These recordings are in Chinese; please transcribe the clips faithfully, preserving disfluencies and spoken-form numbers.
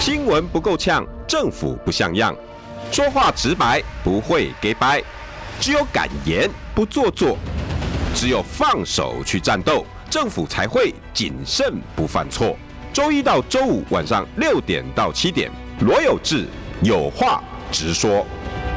新闻不够呛，政府不像样，说话直白，不会给掰，只有敢言不做作，只有放手去战斗，政府才会谨慎不犯错。周一到周五晚上六点到七点，罗有志有话直说。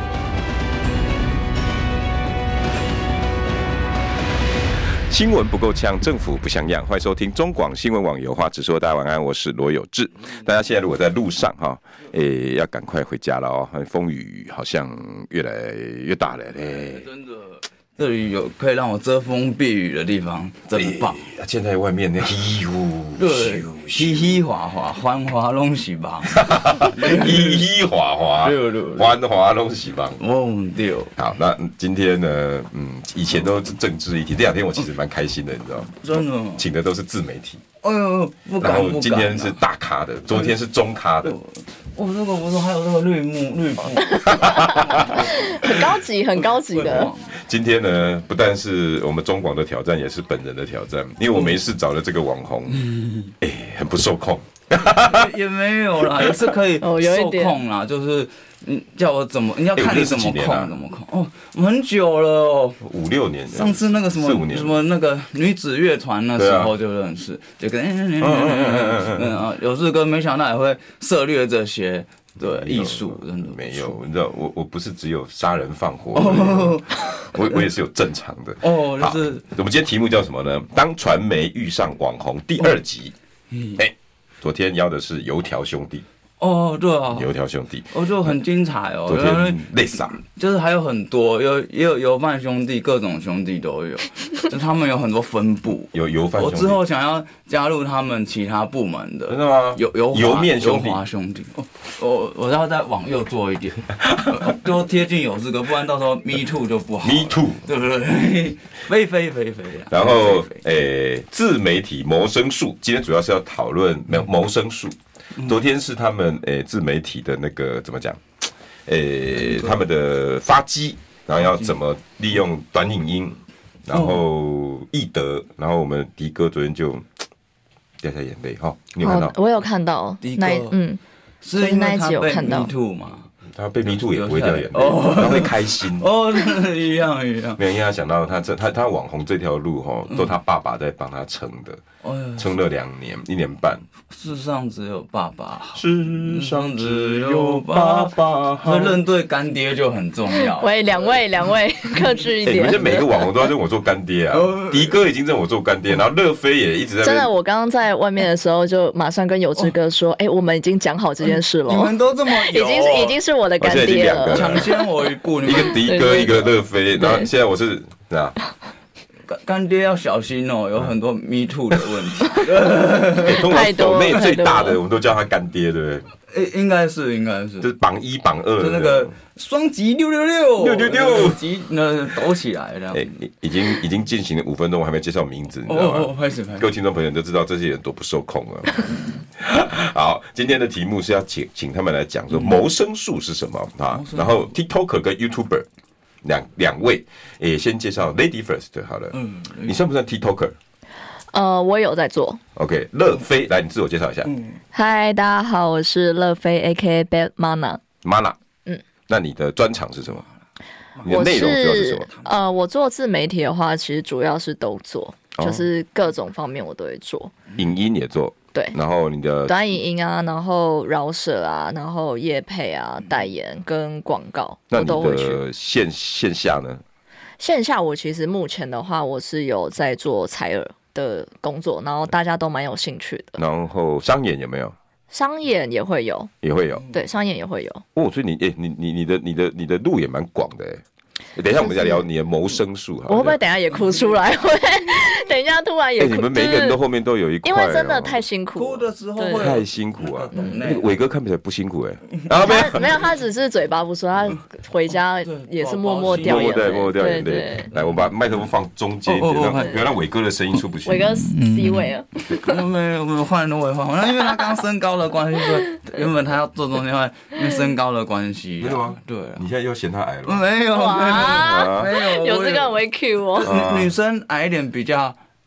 新闻不够呛，政府不像样。欢迎收听中广新闻网有话直说。大家晚安，我是罗有志。大家现在如果在路上哈，诶，要赶快回家了哦，风雨好像越来越大了嘞。 真的，这里有可以让我遮风避雨的地方，真棒。 欸、现在外面那稀呼， 对，稀稀滑滑，欢滑拢是棒， 稀稀滑滑，欢滑拢是棒。 哦，对。 好，那今天呢，嗯，以前都是政治议题，这两天我其实蛮开心的，你知道吗？ 真的， 请的都是自媒体。 哎呦，不敢， 然后今天是大咖的，昨天是中咖的。 哦，这个不错，还有这个绿幕绿幕， 很高级，很高级的。 今天呢，不但是我们中广的挑战，也是本人的挑战，因为我没事找了这个网红，哎、欸，很不受控。 也, 也没有啦，也是可以受控啦，就是你叫我怎么，你要看你怎么控，欸、怎么控。哦，很久了哦， 五六年。 上次那个什么什么那个女子乐团那时候就认识，啊、就跟嗯嗯嗯嗯啊，有志哥没想到也会涉猎这些。对，艺术真的没有，你知道我我不是只有杀人放火，哦、我我也是有正常的。 哦，就是。 我们今天题目叫什么呢？当传媒遇上网红第二集。哎、欸，昨天邀的是油条兄弟。 哦，对啊， 油条兄弟， 我就很精彩哦。 昨天累傻， 就是还有很多，有也有油饭兄弟，各种兄弟都有，就他们有很多分部。 有油饭兄弟， 我之后想要加入他们其他部门的。 真的吗？ 有油油面兄弟， 油滑兄弟。哦，我我要再往右做一点，多贴近有这个，不然到时候 me too 就不好。 me too， 对不对？飞飞飞飞。 然后，诶，自媒体谋生术，今天主要是要讨论谋生术。昨天是他们诶、欸、自媒体的那个怎么讲？诶、欸，他们的发机，然后要怎么利用短影音，然后易德，然后我们迪哥昨天就掉下眼泪哈，你有看到？ 哦、我有看到，那嗯， 是因为他被 me too 吗？ 他被 me too 也不会掉眼泪，哦、他会开心哦，一样一样。 没有，因为他想到他这他他网红这条路哈，都他爸爸在帮他撑的，撑了两年一年半。 世上只有爸爸好， 世上只有爸爸好。 认对干爹就很重要。 喂，两位两位克制一点。 欸、你们这每个网红都要认我做干爹啊！迪哥已经认我做干爹，然后乐飞也一直在。 真的，我刚刚在外面的时候就马上跟有志哥说：“哎、欸，我们已经讲好这件事了。” 你们都这么有、 已经是已经是我的干爹了， 抢先我一步。 一个迪哥，一个乐飞，然后现在我是啊。 干爹要小心哦，有很多 me too 的问题。 欸、通常抖内最大的，我们都叫他干爹，对不对？ 欸、应该是，应该是， 就是榜一、榜二， 就那个双击六六六， 六六六击那抖起来这样。 欸、已经已经进行了五分钟，我还没介绍名字，你知道吗？ 哦，开始， 各位听众朋友都知道这些人多不受控啊。好，今天的题目是要请请他们来讲说谋生术是什么啊？然后 TikToker 跟 YouTuber。两两位，也、欸、先介绍 Lady First 好了。嗯，你算不算 TikToker？ 呃，我有在做。 OK， 乐飞，来，你自我介绍一下。 嗨、嗯，大家好，我是乐飞 A K A Bad Mana。Mana， 嗯，那你的专长是什么？你的内容主要是什么？ 呃，我做自媒体的话，其实主要是都做，哦、就是各种方面我都会做。 影音也做。 对， 然后你的短影音啊，然后饶舌啊，然后业配啊、代言跟广告， 那你的我都会去。线线下呢？ 线下我其实目前的话，我是有在做采耳的工作，然后大家都蛮有兴趣的。 然后商演有没有？ 商演也会有， 也会有。 对，商演也会有。 哦，所以你哎、欸，你你你的你的你的路也蛮广的哎。等一下，我们再聊你的谋生术。 我会不会等一下也哭出来？会，等一下突然也哭。 欸、你们每个人都后面都有一块、哦， 因为真的太辛苦了。 哭的时候会太辛苦啊！那个伟哥看起来不辛苦哎、欸，啊没有没有，他只是嘴巴不说，他回家也是默默掉眼泪， 默默掉眼泪。来，我把麦克风放中间一点，不要让伟哥的声音出不去。 伟哥 C 位了。 没有没有换都会换，因为他刚身高的关系，原本他要做中间换，因为身高的关系。 真的吗？ 对。 你现在又嫌他矮了吗？ 没有没有没有。 有这个我会 Q 我。 女女生矮一点比较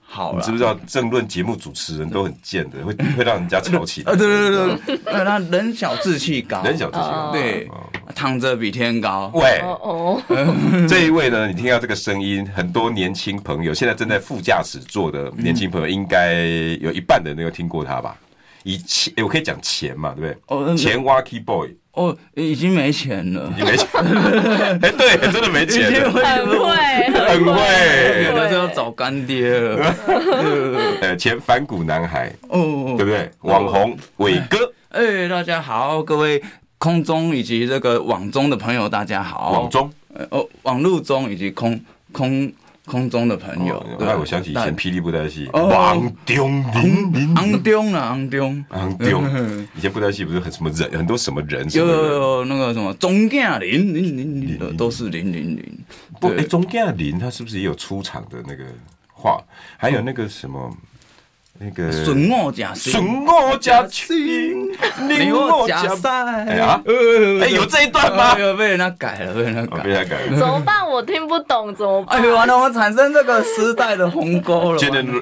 好了。 你知不知道政论节目主持人都很贱的，会会让人家吵起来。 啊，对对对对，那他人小志气高， 人小志气高， 对，躺着比天高。 喂， 哦， 这一位呢，你听到这个声音，很多年轻朋友现在正在副驾驶座的年轻朋友，应该有一半的人有听过他吧？以前、欸、我可以讲钱嘛，对不对？哦、前 Wacky Boy。 哦，已经没钱了， 已经没钱。哎、欸，对，真的没钱了， 很会， 很会， 有的是要找干爹了。 呃，前反骨男孩，哦，对不对？网红伟哥， 哎、欸，大家好，各位空中以及这个网中的朋友，大家好。 网中， 呃，哦，网路中以及空空。空中的朋友， 那、哦、我想起以前霹雳布袋戏，王中林林， 昂中啊，昂中， 昂中。以前布袋戏不是很什么人，很多什么人， 有有有那个什么钟嘉林林林林的，都是零零零。 不，哎，钟嘉林他是不是也有出场的那个话？还有那个什么？那个顺我加心， 顺我加心， 你我加塞。 哎呀，哎，有这一段吗？ 有被人家改了，被人家改， 被人家改了。 怎么办？我听不懂，怎么办？ 哎呦，完了，我产生这个时代的鸿沟了。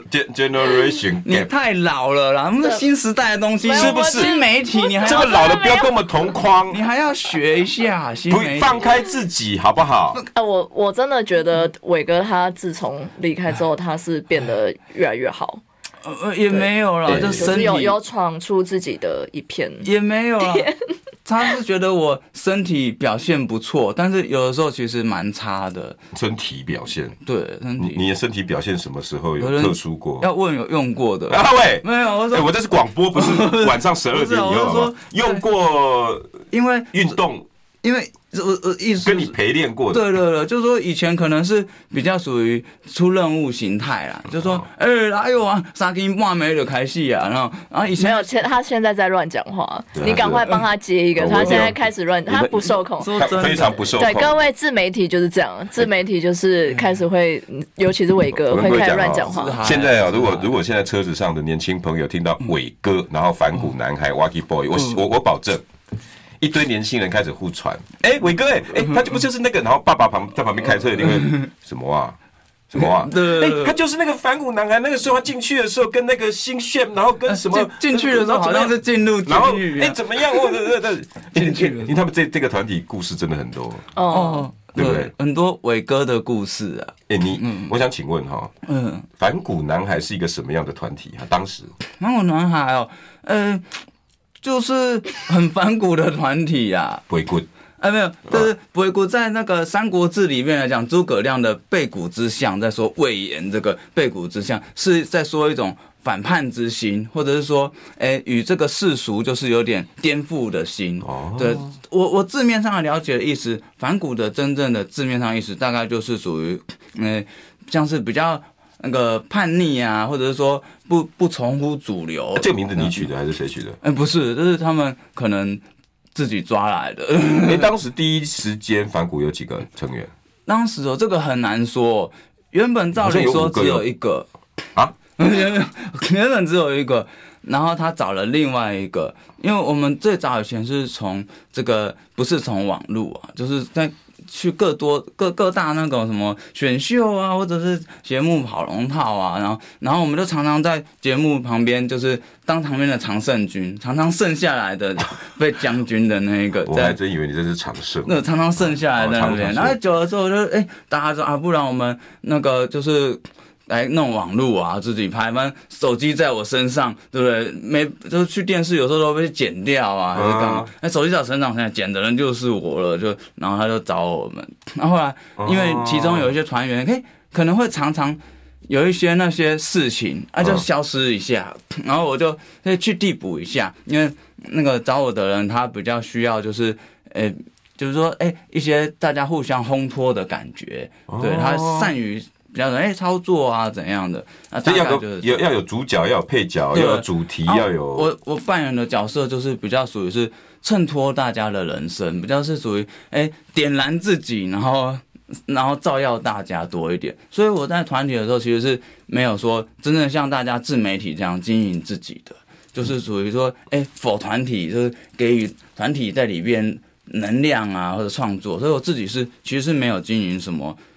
Generation， 你太老了啦！我们新时代的东西是不是？ 新媒体，你还这么老的不要跟我们同框， 你还要学一下新媒体， 放开自己好不好？ 哎，我我真的觉得伟哥他自从离开之后，他是变得越来越好。 呃，也没有啦，就身体有有闯出自己的一片， 也没有啦。他是觉得我身体表现不错，但是有的时候其实蛮差的。 身体表现， 对，身体， 你的身体表现什么时候有特殊过？ 要问有用过的啊？喂， 没有，我说、 欸、我这是广播，不是晚上十二点以后。用过， 因为运动。 因为我我意思跟你陪练过的， 对对对，就是说以前可能是比较属于出任务形态啦，就是说，哎、欸，哪有啊，三更半没就开戏啊，然后然后以前没有，他现在在乱讲话，你赶快帮他接一个，他现在开始乱，他不受控， 他非常不受控。 对，各位自媒体就是这样，自媒体就是开始会，尤其是伟哥会开始乱讲话。 现在啊，如果如果现在车子上的年轻朋友听到伟哥，然后反骨男孩 Wacky Boy， 我我我保证。一堆年轻人开始互传，哎、欸，伟哥、欸，哎、欸，他就不就是那个，然后爸爸旁在旁边开车，一定会什么啊，什么啊，哎、欸，他就是那个反骨男孩。那个时候他进去的时候，跟那个新炫，然后跟什么进去的时候好像是进入监狱， 哎，怎么样？我对对对，进去了。因为他们这这个团体故事真的很多哦， 对不对？ 很多伟哥的故事啊。 哎、欸，你，嗯、我想请问哈，嗯，反骨男孩是一个什么样的团体啊？当时反骨男孩哦，呃。就是很反骨的团体啊， 背骨， 哎没有，就是背骨在那个《三国志》里面来讲，诸葛亮的背骨之相，在说魏延这个背骨之相，是在说一种反叛之心，或者是说，哎，与这个世俗就是有点颠覆的心。哦，对我我字面上的了解的意思，反骨的真正的字面上意思，大概就是属于，嗯，像是比较。那个叛逆啊，或者是说不不从乎主流、 啊，这个名字你取的还是谁取的？ 哎、欸，不是，这是他们可能自己抓来的。 哎、欸，当时第一时间反骨有几个成员？ 当时哦，这个很难说。原本照理说只有一个啊， 原本原本只有一个，然后他找了另外一个，因为我们最早以前是从这个不是从网路啊，就是在。去各多各各大那个什么选秀啊，或者是节目跑龙套啊，然后然后我们就常常在节目旁边，就是当旁边的常胜军，常常剩下来的被将军的那个。 我还真以为你这是常胜。 那常常剩下来在那边，然后久了之后就哎、欸，大家说啊，不然我们那个就是。来弄网路啊，自己拍，反正手机在我身上，对不对？没就是去电视，有时候都被剪掉啊，还是干嘛？那、啊、手机在我身上，现在剪的人就是我了，就然后他就找我们。然后后来，因为其中有一些团员，可以可能会常常有一些那些事情，啊，就消失一下，然后我就可以去递补一下，因为那个找我的人他比较需要，就是呃、欸，就是说，哎、欸，一些大家互相烘托的感觉，对他善于。比较哎操作啊怎样的？那大概就是要要有主角，要有配角，要有主题，要有。 我我扮演的角色就是比较属于是衬托大家的人生，比较是属于哎点燃自己，然后然后照耀大家多一点。所以我在团体的时候其实是没有说真正像大家自媒体这样经营自己的，就是属于说哎否团体就是给予团体在里边能量啊或者创作。所以我自己是其实是没有经营什么。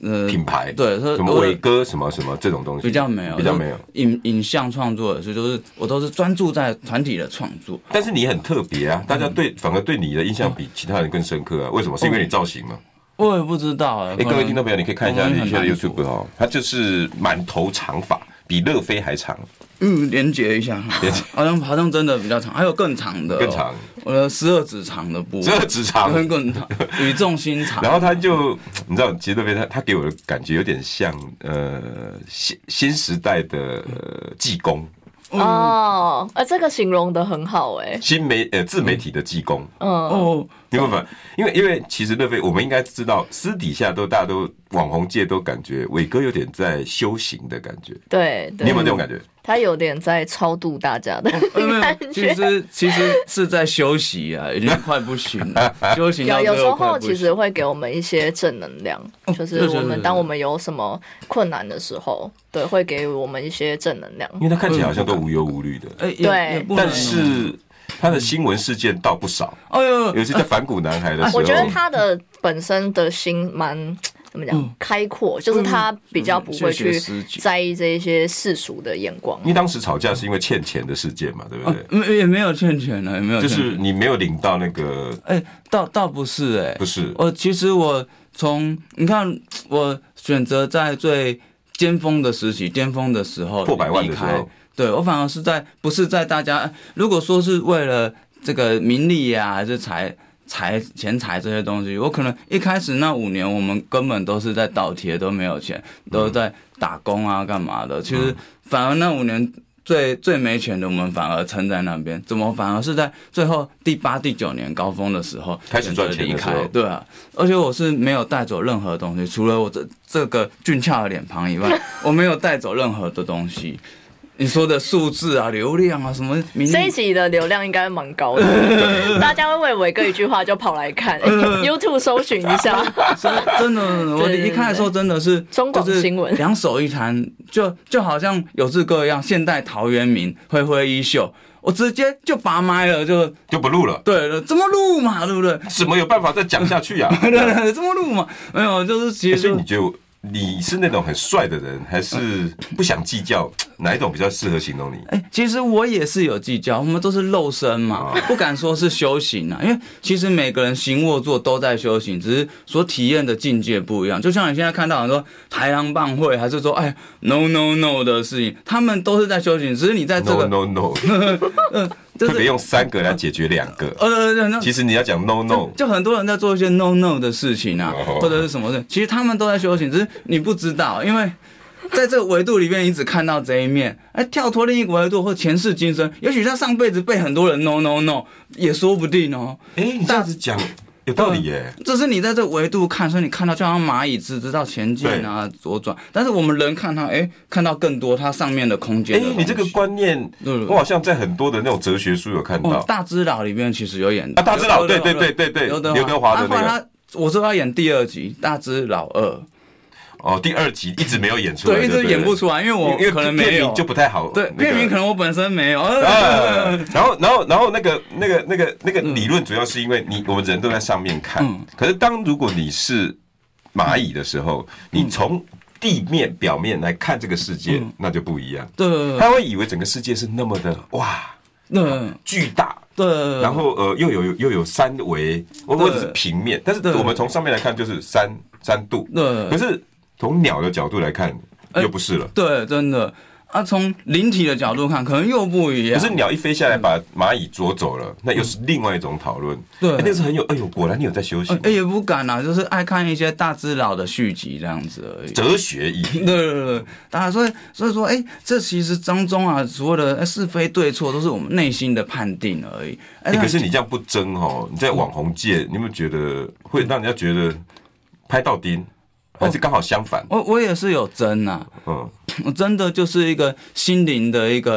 呃品牌， 对， 什么伟哥什么什么这种东西比较没有， 比较没有。 影影像创作也是，就是我都是专注在团体的创作。 但是你很特别啊，大家对、嗯、反而对你的印象比其他人更深刻啊？为什么？是因为你造型吗？ 我也不知道哎、欸。 哎，各位听众朋友，你可以看一下李轩的 YouTube 哦，他就是满头长发，比乐飞还长。 嗯，连结一下，好像好像真的比较长，还有更长的、哦， 更长， 我的十二指肠的部分， 十二指肠更长，语重心长。 然后他就，你知道，其实乐飞他他给我的感觉有点像呃新新时代的、呃、技工。 哦，呃，这个形容的很好哎、欸。 新媒呃自媒体的技工， 嗯哦， 你有没有？因为因为其实乐飞，我们应该知道，私底下都大家都网红界都感觉伟哥有点在修行的感觉。 对，对你有没有这种感觉？ 他有点在超度大家的感觉。 其实其实是在休息啊，已经快不行了。休息有有时候其实会给我们一些正能量，就是我们当我们有什么困难的时候，对，会给我们一些正能量。 因为他看起来好像都无忧无虑的， 哎， 对， 但是他的新闻事件倒不少。哎呦，尤其在反骨男孩的时候， 我觉得他的本身的心蛮。怎么讲？嗯、开阔，就是他比较不会去在意这一些世俗的眼光。 因为当时吵架是因为欠钱的事件嘛，对不对？ 啊、也没有欠钱了，也没有欠钱， 就是你没有领到那个。 哎、欸，倒倒不是哎、欸， 不是。 我其实我从你看，我选择在最巅峰的时期、巅峰的时候破百万的时候， 对我反而是在不是在大家如果说是为了这个名利呀、啊，还是财。财钱财这些东西，我可能一开始那五年，我们根本都是在倒贴，都没有钱，都在打工啊，干嘛的？其实反而那五年最最没钱的，我们反而撑在那边。怎么反而是在最后第八、第九年高峰的时候开始赚钱的时候？ 对啊，而且我是没有带走任何东西，除了我这这个俊俏的脸庞以外，我没有带走任何的东西。你说的数字啊、流量啊什么， 这一集的流量应该蛮高的，大家会为伟哥一句话就跑来看、欸、，YouTube 搜寻一下。 真的，我一看的时候真的是中广新闻， 两手一摊，就就好像有志哥一样，现代陶渊明挥挥衣袖，我直接就拔麦了，就就不录了。 对了，怎么录嘛，对不对？ 怎么有办法再讲下去啊？ 对对，怎么录嘛？没有，就是其实、欸。 所以你就。你是那种很帅的人，还是不想计较？哪一种比较适合形容你？ 哎、欸，其实我也是有计较，我们都是肉身嘛，不敢说是修行啊，因为其实每个人行卧坐都在修行，只是所体验的境界不一样。就像你现在看到很多豺狼帮会，还是说哎 no no no 的事情，他们都是在修行，只是你在这个 no no no。特别用三个来解决两个，呃，其实你要讲 no no， 就, 就很多人在做一些 no no 的事情啊，哦、或者是什么的，其实他们都在修行，只是你不知道，因为在这个维度里面，你只看到这一面，哎，跳脱另一个维度或前世今生，也许他上辈子被很多人 no no no 也说不定哦。 哎、欸，你这样子讲有道理耶、 嗯。这是你在这个维度看，所以你看到就像蚂蚁只知道前进啊、左转，但是我们人看它，哎、欸，看到更多它上面的空间。哎、欸， 你这个观念，我好像在很多的那种哲学书有看到。 哦、大智老里面其实有演啊，大智老，对对对对对，刘德华的那个。 他我说要演第二集《大智老二》。 哦，第二集一直没有演出来， 对，一直演不出来，因为我可能没有片名就不太好。 对，片名可能我本身没有。 啊、然后，然后，然后那个、那个、那个、那个理论主要是因为你我们人都在上面看，嗯、可是当如果你是蚂蚁的时候，嗯、你从地面表面来看这个世界，嗯、那就不一样。 对， 他会以为整个世界是那么的哇， 对， 巨大。 对， 然后呃又有又有三维或者是平面，但是我们从上面来看就是三三度。对，可是。从鸟的角度来看，又不是了。欸、 对，真的啊，从灵体的角度看，可能又不一样。 可是鸟一飞下来把蚂蚁捉走了，那又是另外一种讨论。对、欸，那是很有，哎呦，果然你有在修行。 哎、欸，也不敢啊，就是爱看一些大智老的续集这样子而已。 哲学意义。 对对对，当然，所以所以说，哎、欸，这其实当中啊，所有的是非对错都是我们内心的判定而已。 哎、欸，可是你这样不争哦，你在网红界，你有没有觉得会让人家觉得拍到钉？还是刚好相反， 我我也是有争啊，嗯，我真的就是一个心灵的一个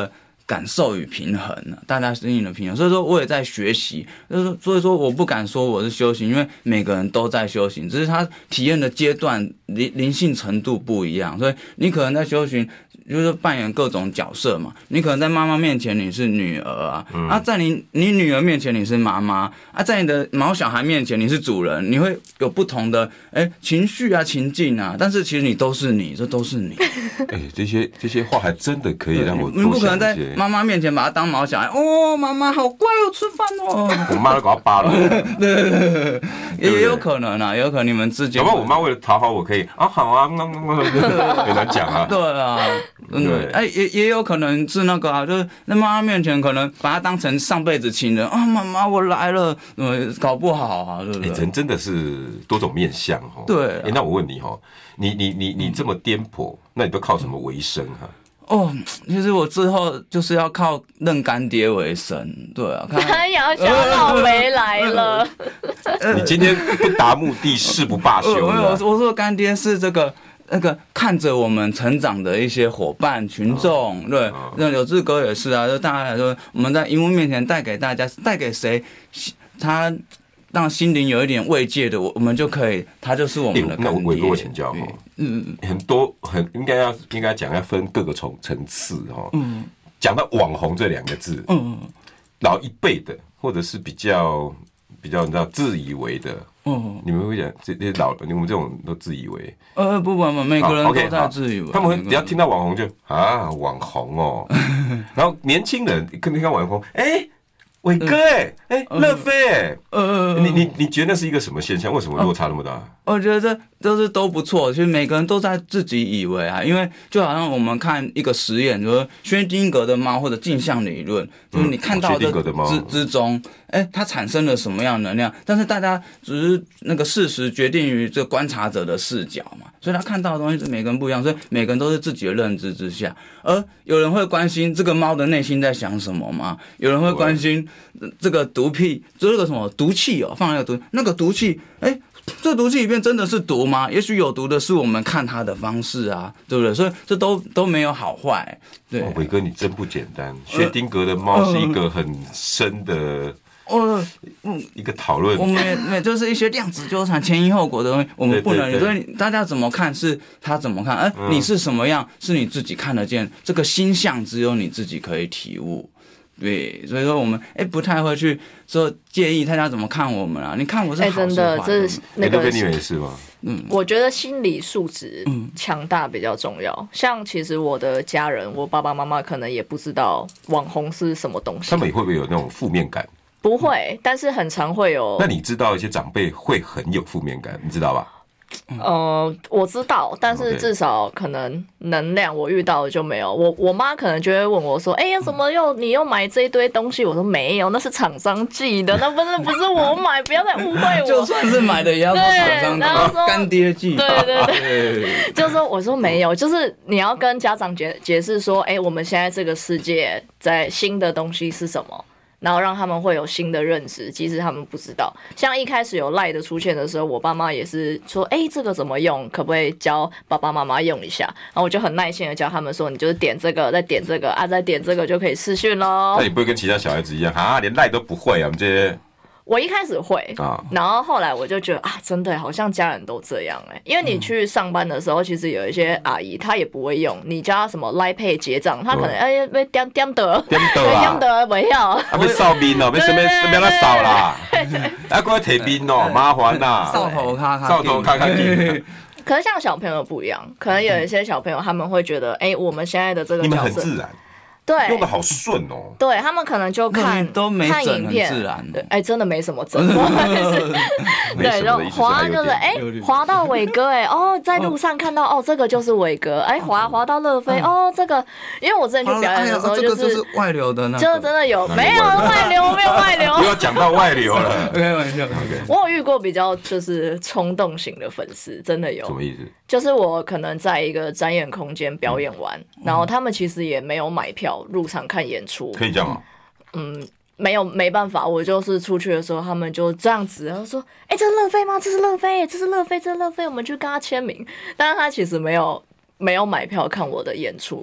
感受与平衡啊，大家心灵的平衡。所以说我也在学习，就是所以说我不敢说我是修行，因为每个人都在修行，只是他体验的阶段灵灵性程度不一样，所以你可能在修行就是扮演各种角色嘛。你可能在妈妈面前你是女儿啊，嗯、啊在你你女儿面前你是妈妈啊，在你的毛小孩面前你是主人，你会有不同的哎、欸、情绪啊情境啊，但是其实你都是你，这都是你。 哎、欸，这些这些话还真的可以让我多想一些。 你不可能在妈妈面前把他当毛小孩哦，妈妈好乖哦，吃饭哦。 我妈都搞到扒了。 对对对，也有可能啊，也有可能你们之间。 要不然我妈为了讨好我可以啊，好啊，那那那很难讲啊。 对啊，真的，哎、欸，也也有可能是那个啊，就是在妈妈面前可能把他当成上辈子情人啊，妈妈我来了，呃，搞不好啊，对不对？ 人、欸、真的是多种面相哦。 对、啊， 哎、欸，那我问你哦，你你你你这么颠簸，那你都靠什么为生哈、啊？ 哦，其实我之后就是要靠认干爹为生，对啊。 哎呀，小老回来了。 你今天不达目的誓不罢休。 我我说干爹是这个那个看着我们成长的一些伙伴群众，哦、对，那、哦、柳志哥也是啊，就大家来说，我们在荧幕面前带给大家，带给谁，他让心灵有一点慰藉的，我们就可以，他就是我们的干爹。 欸、那我伟哥，我请教哈，嗯，很多很应该要应该讲要分各个层层次哈，嗯，讲到网红这两个字，嗯，老一辈的或者是比较比较你知道自以为的，嗯，你们会讲这些老你们这种都自以为， 呃不不不，每个人都在自以为， okay, 他们会只要听到网红就啊网红哦，然后年轻人跟听到网红，哎、欸。伟哥哎哎，乐飞哎，呃，你你你觉得那是一个什么现象？为什么落差那么大？ 我觉得这都是都不错，其实每个人都在自己以为啊，因为就好像我们看一个实验，就是说薛丁格的猫或者镜像理论，就是你看到的之之中，哎、欸，它产生了什么样的能量？但是大家只是那个事实决定于这观察者的视角嘛，所以他看到的东西是每个人不一样，所以每个人都是自己的认知之下。而有人会关心这个猫的内心在想什么吗？有人会关心这个毒屁，这个什么毒气哦，放那个毒，那个毒气，哎、欸。这毒气里面真的是毒吗？也许有毒的是我们看它的方式啊，对不对？所以这都都没有好坏。对， 伟、哦、哥你真不简单。薛丁格的猫是一个很深的，呃，一个讨论。 我们也就是一些量子纠缠、前因后果的东西，我们不能。对对对，所以大家怎么看是他怎么看，而、呃、你是什么样是你自己看得见。这个心象只有你自己可以体悟。对，所以说我们哎、欸、不太会去说介意大家怎么看我们啊？你看我是好是坏、欸、 真的，这是那个你也是吗？ 嗯，我觉得心理素质强大比较重要。嗯、像其实我的家人，我爸爸妈妈可能也不知道网红是什么东西， 他们也会不会有那种负面感？ 不会，但是很常会有。 那你知道一些长辈会很有负面感，你知道吧？ 呃，我知道，但是至少可能能量我遇到的就没有。我我妈可能就会问我说：“哎呀，怎么又你又买这一堆东西？”我说：“没有，那是厂商寄的，那不是不是我买，不要再误会我。” 就算是买的也要厂商干爹寄。 对对对，就说我说没有，就是你要跟家长解解释说：“哎，我们现在这个世界在新的东西是什么？”然后让他们会有新的认知，即使他们不知道。像一开始有 LINE 的出现的时候，我爸妈也是说：“哎、欸，这个怎么用？可不可以教爸爸妈妈用一下？”然后我就很耐心的教他们说：“你就是点这个，再点这个啊，再点这个就可以视讯咯。” 那你不会跟其他小孩子一样啊，连 LINE 都不会啊？我们这些。 我一开始会，然后后来我就觉得啊，真的好像家人都这样哎、欸，因为你去上班的时候，其实有一些阿姨她也不会用，你叫她什么 LINE Pay 结账，她可能哎被点点的， 点的点的不要， 啊被扫面哦，被什么什么来扫啦，啊过来提面哦，麻烦呐， 扫头卡卡， 扫头卡卡紧。 可是像小朋友不一样，可能有一些小朋友他们会觉得，哎、欸，我们现在的这个角色你们很自然。 对， 用的好顺哦。 对他们可能就看都没看影片， 自然对，哎、欸，真的没什么整，对，就滑就是哎，滑、欸、到伟哥哎、欸，哦，在路上看到哦，这个就是伟哥，哎、欸，滑滑到乐飞、嗯、哦，这个，因为我之前去表演的时候、就是， 就是、哎、这个就是外流的那， 就真的有没有外流，没有外流， 又要講到外流了， 开玩笑。 我有遇过比较就是冲動型的粉絲，真的有。 什麼意思？ 就是我可能在一個展演空間表演完、嗯，然後他們其實也沒有買票入場看演出。 可以這樣嗎？ 嗯，沒有，沒辦法，我就是出去的時候，他們就這樣子，然後說：“哎、欸，這是樂飛嗎？這是樂飛，這是樂飛，這是樂飛，我們去跟他簽名。”但是他其實沒有沒有買票看我的演出。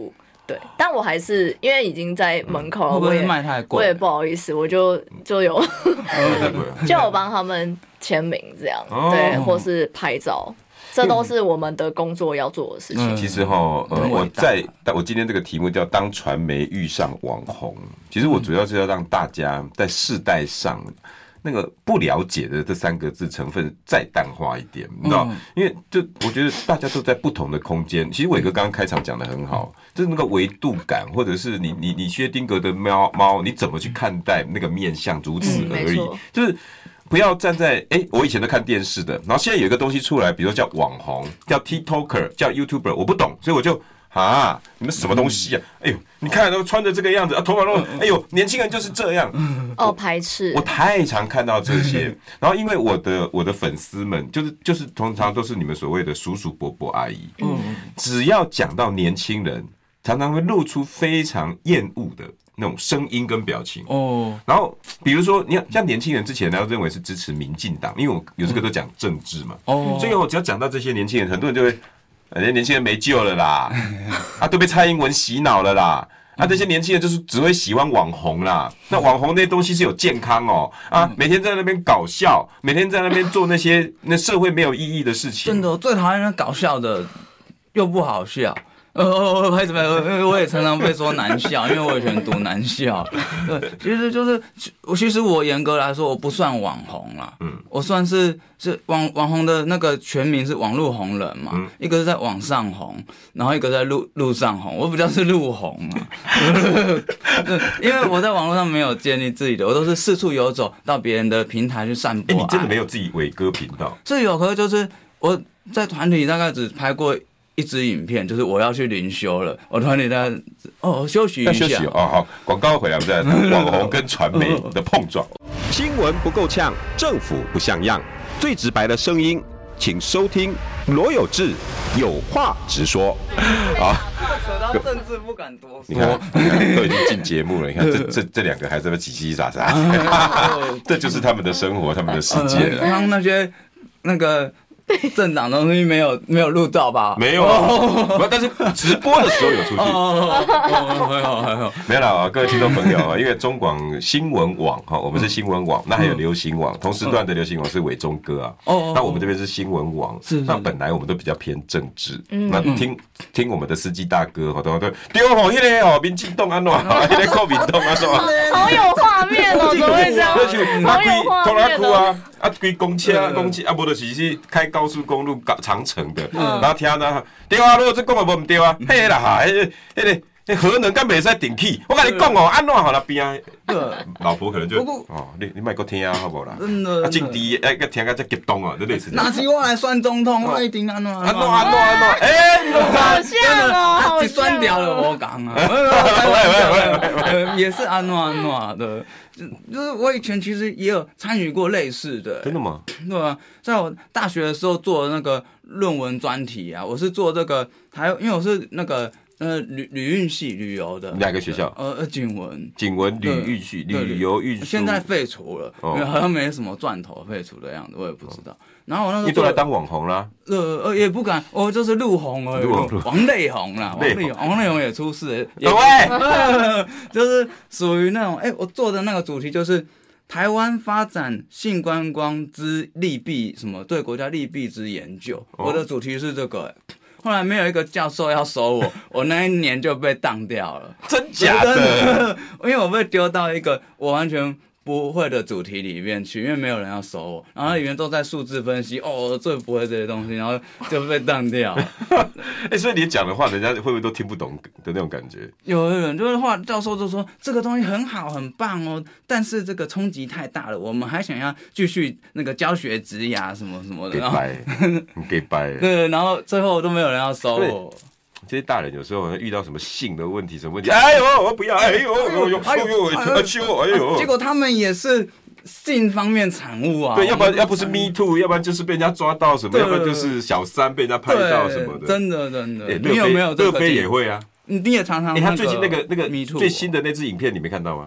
对，但我还是因为已经在门口了， 会不会我也卖太贵？ 我也不好意思，我就就有就有帮他们签名这样， 哦、 对，或是拍照。这都是我们的工作要做的事情。 嗯、其实哈，呃，我在我今天这个题目叫"当传媒遇上网红"，其实我主要是要让大家在世代上那个不了解的这三个字成分再淡化一点，你知道？因为就我觉得大家都在不同的空间。其实伟哥刚刚开场讲的很好，就是那个维度感，或者是你你你薛丁格的猫猫，你怎么去看待那个面向，如此而已，嗯、就是。不要站在哎、欸，我以前都看电视的，然后现在有一个东西出来，比如说叫网红，叫 TikToker， 叫 YouTuber， 我不懂，所以我就啊，你们什么东西啊？哎呦，你看都穿着这个样子啊，头发都，哎呦，年轻人就是这样。 哦，排斥。 我太常看到这些，然后因为我的我的粉丝们，就是就是通常都是你们所谓的叔叔伯伯阿姨，嗯，只要讲到年轻人，常常会露出非常厌恶的那种声音跟表情哦，然后比如说，你看像年轻人之前呢，认为是支持民进党，因为我有这个都讲政治嘛，哦，所以我只要讲到这些年轻人，很多人就会，哎，年轻人没救了啦，啊，都被蔡英文洗脑了啦，啊，这些年轻人就是只会喜欢网红啦，那网红那些东西是有健康哦，啊，每天在那边搞笑，每天在那边做那些那社会没有意义的事情， 真的，我最讨厌那搞笑的，又不好笑。呃，拍什么？我也常常被说男校，因为我以前读男校。对，其实就是，其实我严格来说，我不算网红啦。嗯，我算是是网网红的那个全名是网络红人嘛，嗯、一个是在网上红，然后一个在路路上红。我比较是路红啊，因为我在网络上没有建立自己的，我都是四处游走到别人的平台去散播。 哎、欸，你真的没有自己伟哥频道？ 是有，可是就是我在团体大概只拍过一支影片，就是我要去灵修了，我团体在哦休息一下， 休息哦，好，广告回来，我们再来谈网红跟传媒的碰撞。 新闻不够呛，政府不像样，最直白的声音，请收听罗有志有话直说。 好，扯到政治不敢多说， 你看，你看都已经进节目了，你看这这这两个还在那叽叽喳喳，这就是他们的生活，他们的世界了。 刚刚那些那个。政党东西没有没有录到吧？ 没有啊，但是直播的时候有出去。 哦，还好还好， 没有啦，各位听众朋友啊，因为中广新闻网哈，我们是新闻网，那还有流行网，同时段的流行网是伟忠哥啊。哦，那我们这边是新闻网，是那本来我们都比较偏政治，那听听我们的司机大哥哈，都都丢吼，迄个吼民进党安怎，迄个国民党安怎， 好有画面哦，怎么会这样？好有画面哦。啊，规公车公车啊，无就是去开高速公路长城的，嗯、然后听那对啊，如果这讲的无唔对啊，迄、嗯、个啦哈，迄、那个迄个那核能敢袂使停起，我跟你讲哦，安怎好那边啊？老婆可能就哦，你你莫搁听啊，好不啦？真的，啊，政治哎，个听个这激动啊，就类似。 拿起我来选总统，我一定安怎安怎安怎安怎，哎，你好像哦，好像酸掉了我讲啊，也是安怎安怎的。就是我以前其实也有参与过类似的， 真的吗？ 对啊，在我大学的时候做的那个论文专题啊，我是做这个，还有因为我是那个呃旅旅运系旅游的， 哪个学校？ 呃，景文， 景文旅运系旅游运输， 现在废除了，因为好像没什么赚头，废除的样子，我也不知道。然后我那时候你都来当网红啦？ 呃呃，也不敢，我就是路红而已，王力宏啦，王力宏，王力宏也出事， 对， 就是属于那种，哎、欸，我做的那个主题就是台湾发展性观光之利弊，什么对国家利弊之研究，哦、我的主题是这个、欸。后来没有一个教授要收我，我那一年就被当掉了， 真假的？ 因为我被丢到一个我完全不会的主题里面去，因为没有人要收我，然后里面都在数字分析，哦，最不会这些东西，然后就被当掉。 哎、欸，所以你讲的话，人家会不会都听不懂的那种感觉？ 有的人就是话，教授就说这个东西很好很棒哦，但是这个冲击太大了，我们还想要继续那个教学职涯什么什么的。 给掰，你给掰。 对，然后最后都没有人要收我。 这些大人有时候遇到什么性的问题、什么问题，哎呦，我不要，哎呦，哎呦，哎呦，哎呦， 结果他们也是性方面产物啊。 对，要不然要不是 Me Too， 要不然就是被人家抓到什么，要不然就是小三被人家拍到什么的。 真的真的，你有没有这个？ 乐飞也会啊， 你也常常。 你看最近那个那个最新的那支影片，你没看到吗？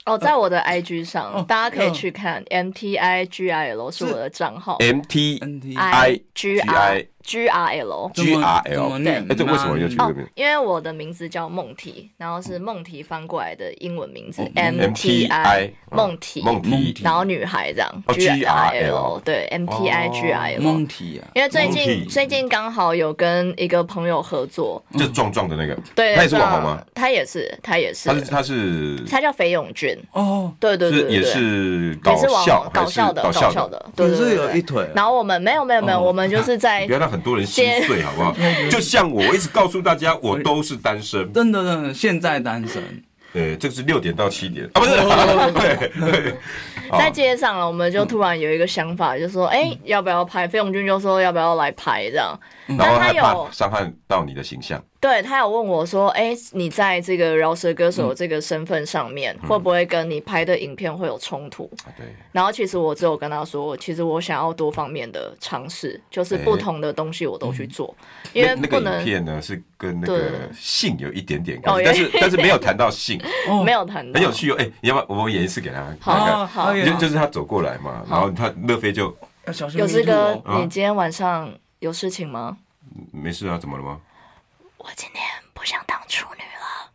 哦，在我的 I G 上，哦、大家可以去看 M T I G I L 是我的账号 ，M T I G I G R L G R L 对， 哎，这为什么要取这个名字？ 因为我的名字叫梦提，然后是梦提翻过来的英文名字 M T I 梦提， 梦提， 然后女孩这样 G R L 对 M T I G R L 梦提啊。 因为最近最近刚好有跟一个朋友合作， 就壮壮的那个， 对， 他也是网红吗？ 他也是，他也是， 他是他是他叫裴勇俊哦， 对对对， 也是搞笑搞笑的搞笑的， 对对对，有一腿。 然后我们没有没有没有，我们就是在不要让很多人心碎。好不好？就像我一直告诉大家，我都是单身， 真的真的，现在单身。 对，这是六点到七点啊，不是。对， 在街上了，我们就突然有一个想法，就说，哎，要不要拍？费永俊就说要不要来拍这样。 然后他有伤害到你的形象。 对，他有问我说，哎，你在这个饶舌歌手这个身份上面，会不会跟你拍的影片会有冲突？ 对。 然后其实我只有跟他说，其实我想要多方面的尝试，就是不同的东西我都去做，因为不能。 那个影片呢是跟那个性有一点点关系，但是但是没有谈到性， 没有谈到。 很有趣哦，哎，你要不要我演一次给他看看？好，就就是他走过来嘛，然后他乐飞就有这个，你今天晚上有事情吗？ 没事啊，怎么了吗？ 我今天不想当处女了。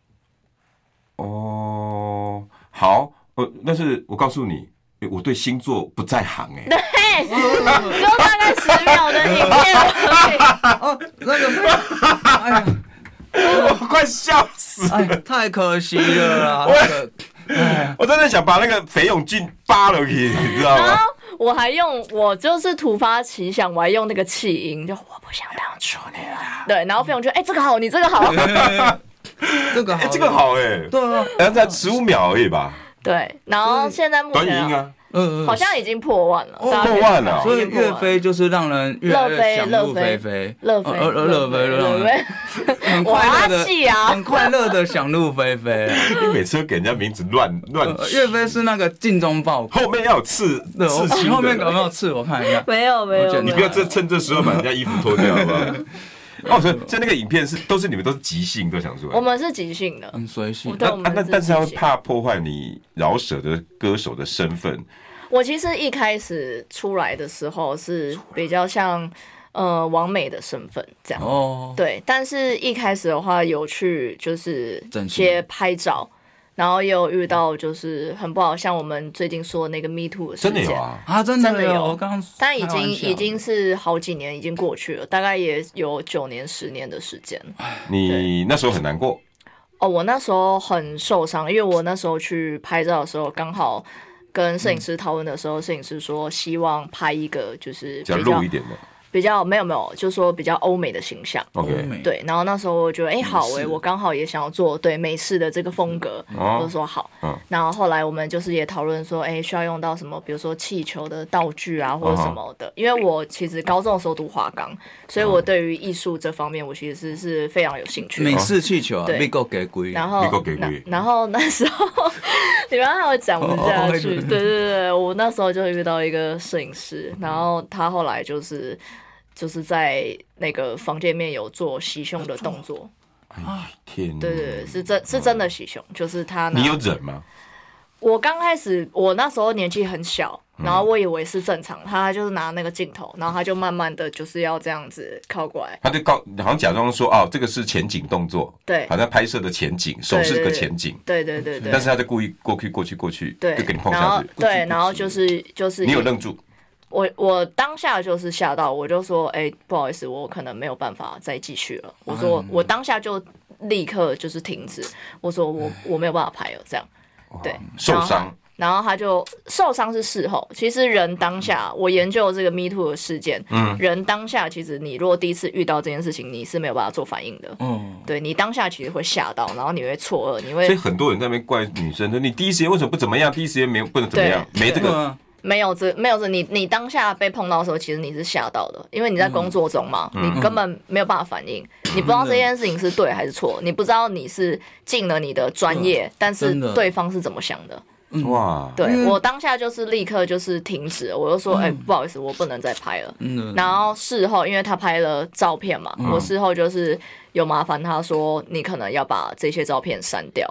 哦，好，呃，但是我告诉你，我对星座不在行哎。 对，就大概十秒的影片而已。 哦，那个，哎呀， 我快笑死了， 哎，太可惜了啦。 我，哎，我真的想把那个裴勇俊扒了去，你知道吗？ 我还用，我就是突发奇想，我还用那个气音，就我不想当处女了。对，然后费勇就哎、欸，这个好，你这个好， 这个好， 哎、欸，这个好哎、欸， 对啊， 好像才十五秒而已吧。 对，然后现在目前短音啊， 嗯，好像已经破万了， 破万了， 所以岳飞就是让人越来越想入非非， 乐飞， 乐乐飞，乐飞，很快乐的，很快乐的想入非非。 你每次都给人家名字乱乱， 岳飞是那个尽忠报国， 后面要有刺刺青， 后面有没有刺？我看一下， 没有没有， 你不要这趁这时候把人家衣服脱掉，好不好？哦，所以所以那个影片是都是你们都是即兴都想出来， 我们是即兴的， 很随性。 那那但是他会怕破坏你饶舌的歌手的身份。 我其实一开始出来的时候是比较像呃网美的身份这样，哦，对，但是一开始的话有去就是接拍照。然后也有遇到就是很不好，像我们最近说的那个 Me Too 的事件， 真的有啊， 啊真的有， 我刚刚但已经已经是好几年已经过去了，大概也有九年十年的时间。 你那时候很难过？ 哦，我那时候很受伤，因为我那时候去拍照的时候，刚好跟摄影师讨论的时候，摄影师说希望拍一个就是比较露一点的。 比较没有没有，就说比较欧美的形象。 OK， 对，然后那时候我觉得，哎、欸，好哎、欸，我刚好也想要做对美式的这个风格，哦、我就说好。嗯、然后后来我们就是也讨论说，哎、欸，需要用到什么，比如说气球的道具啊，或者什么的。哦、因为我其实高中的时候读华冈，所以我对于艺术这方面，我其实是非常有兴趣的。 美式气球啊， 对， 美国给贵， 然后美国给贵， 然后那时候你们还有讲不下去，对对对，我那时候就遇到一个摄影师，然后他后来就是。就是在那个房间里面有做洗胸的动作， 哎天！ 对对对，是真是真的洗胸，就是他。 你有忍吗？ 我刚开始，我那时候年纪很小，然后我以为是正常，他就是拿那个镜头，然后他就慢慢的就是要这样子靠过来， 他就告好像假装说哦，这个是前景动作， 对， 好像拍摄的前景，手是个前景， 对对对对， 但是他就故意过去过去过去， 对， 就给你碰下去， 对，然后就是就是你有愣住。 我我当下就是吓到，我就说，哎、欸，不好意思，我可能没有办法再继续了。我说，我当下就立刻就是停止，我说我我没有办法拍了，这样，对， 受伤。 然后他就受伤是事后，其实人当下，我研究这个 Me Too 的事件，嗯，人当下其实你如果第一次遇到这件事情，你是没有办法做反应的，嗯，对你当下其实会吓到，然后你会错愕，你会， 所以很多人在那边怪女生说，你第一时间为什么不怎么样？第一时间没有不能怎么样？没这个。 没有这没有这你你当下被碰到的时候，其实你是吓到的，因为你在工作中嘛，嗯、你根本没有办法反应，嗯、你不知道这件事情是对还是错，你不知道你是尽了你的专业，嗯、但是对方是怎么想的。 哇！ 对我当下就是立刻就是停止了，我就说，哎、嗯欸，不好意思，我不能再拍了。嗯、然后事后，因为他拍了照片嘛，嗯、我事后就是有麻烦他说，你可能要把这些照片删掉。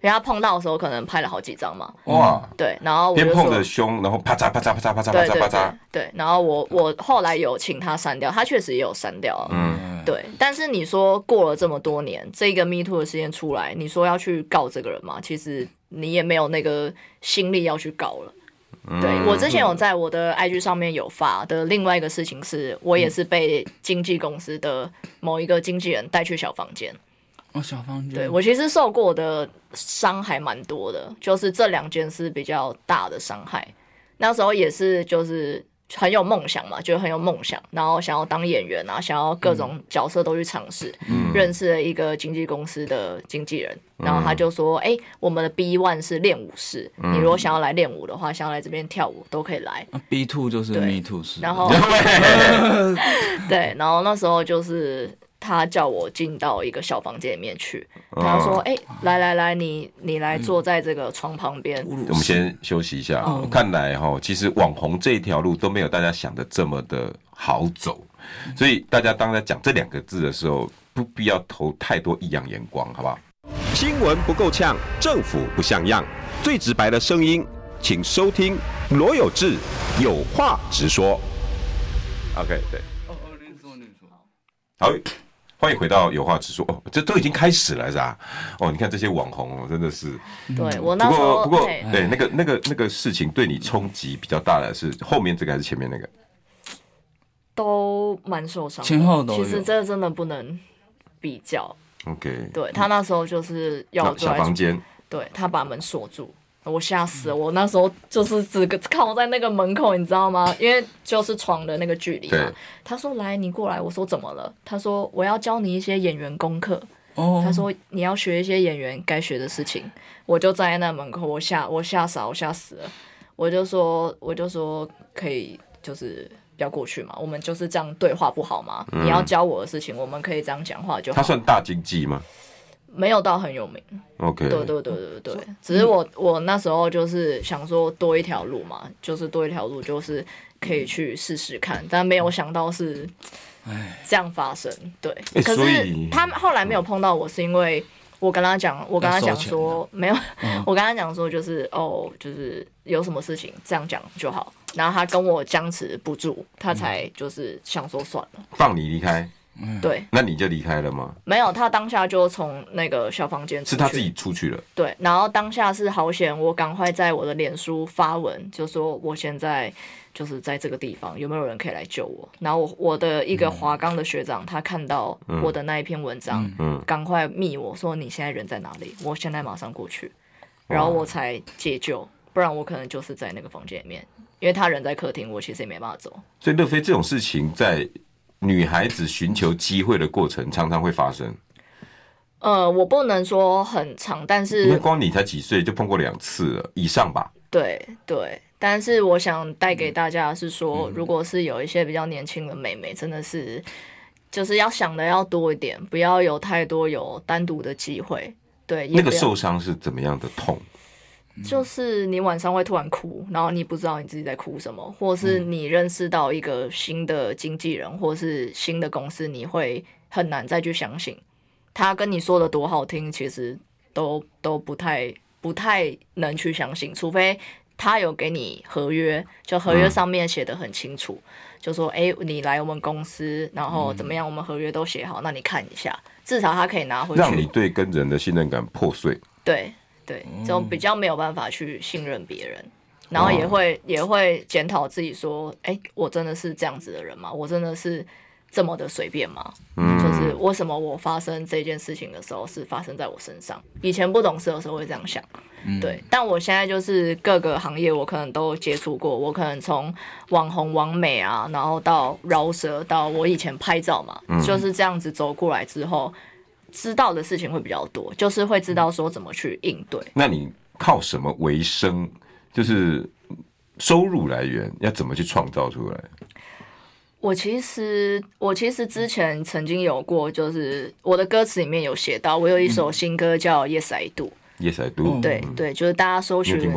因为他碰到的时候可能拍了好几张嘛。 哇， 对，然后我就边碰着胸，然后啪嚓啪嚓啪嚓啪嚓啪嚓啪嚓。 对，然后我我后来有请他删掉，他确实也有删掉。嗯，对。但是你说过了这么多年，这个 Me Too 的事件出来，你说要去告这个人吗？其实你也没有那个心力要去告了。对，我之前有在我的 I G 上面有发的另外一个事情是，我也是被经纪公司的某一个经纪人带去小房间。 哦，小房间。 对，我其实受过的伤还蛮多的，就是这两件是比较大的伤害。那时候也是就是很有梦想嘛，就很有梦想，然后想要当演员啊，想要各种角色都去尝试。嗯，认识了一个经纪公司的经纪人，然后他就说：“哎、欸，我们的 B 一 是练舞室，嗯、你如果想要来练舞的话，想要来这边跳舞都可以来。 啊、B 二 就是 Me Too 室。 然后对，然后那时候就是他叫我进到一个小房间里面去，他说：“哎、欸，来来来，你你来坐在这个床旁边。嗯” 我们先休息一下。嗯、看来哈，其实网红这一条路都没有大家想的这么的好走，所以大家当在讲这两个字的时候，不必要投太多异样眼光，好不好？ 新闻不够呛，政府不像样，最直白的声音，请收听罗有志有话直说。 OK， 对。哦哦，您说，您说。好。欢迎回到有话直说哦，这都已经开始了是吧？哦，你看这些网红哦，真的是。 对我那时候， 不过不过，对那个那个那个事情对你冲击比较大的是后面这个还是前面那个？ 都蛮受伤， 前后都有。 其实这真的不能比较。 OK。 对他那时候就是要小房间， 对他把门锁住。我吓死了！我那时候就是只靠在那个门口，你知道吗？因为就是床的那个距离嘛。他说：“来，你过来。”我说：“怎么了？”他说：“我要教你一些演员功课。”哦。他说：“你要学一些演员该学的事情。”我就站在那门口，我吓我吓傻，我吓死了。我就说，我就说可以，就是不要过去嘛。我们就是这样对话不好吗？嗯、你要教我的事情，我们可以这样讲话就好。 他算大经济吗？ 没有到很有名 ，OK， 对对对对对，只是我我那时候就是想说多一条路嘛，就是多一条路就是可以去试试看，但没有想到是这样发生，对。 欸、 可是他后来没有碰到我，是因为我跟他讲，我跟他讲说没有，我跟他讲说就是哦，就是有什么事情这样讲就好，然后他跟我僵持不住，他才就是想说算了， 放你离开。 对， 那你就离开了吗？ 没有，他当下就从那个小房间出去， 是他自己出去了。 对，然后当下是好险，我赶快在我的脸书发文，就说我现在就是在这个地方，有没有人可以来救我？然后我我的一个华冈的学长，他看到我的那一篇文章，嗯，赶快密我说你现在人在哪里？我现在马上过去，然后我才解救，不然我可能就是在那个房间里面，因为他人在客厅，我其实也没办法走。 所以乐飞这种事情在女孩子寻求机会的过程常常会发生。 呃，我不能说很长，但是因为光你才几岁就碰过两次了以上吧？ 对对，但是我想带给大家的是说，嗯、如果是有一些比较年轻的妹妹，真的是就是要想的要多一点，不要有太多有单独的机会。对， 那个受伤是怎么样的痛？ 就是你晚上会突然哭，然后你不知道你自己在哭什么，或是你认识到一个新的经纪人，或是新的公司，你会很难再去相信他跟你说的多好听，其实都都不太不太能去相信，除非他有给你合约，就合约上面写得很清楚，嗯、就说哎、欸，你来我们公司，然后怎么样，我们合约都写好，那你看一下，至少他可以拿回去， 让你对跟人的信任感破碎。 对。对，这种比较没有办法去信任别人，然后也会也会检讨自己说，哎，我真的是这样子的人吗？我真的是这么的随便吗？嗯，就是为什么我发生这件事情的时候是发生在我身上？以前不懂事的时候会这样想，嗯、对，但我现在就是各个行业我可能都接触过，我可能从网红、网美啊，然后到饶舌，到我以前拍照嘛，嗯、就是这样子走过来之后。知道的事情会比较多，就是会知道说怎么去应对。 那你靠什么为生？就是收入来源要怎么去创造出来？ 我其实我其实之前曾经有过，就是我的歌词里面有写到，我有一首新歌叫《Yes I Do》。 Yes I Do。 对对，就是大家搜寻。 你有听过吗？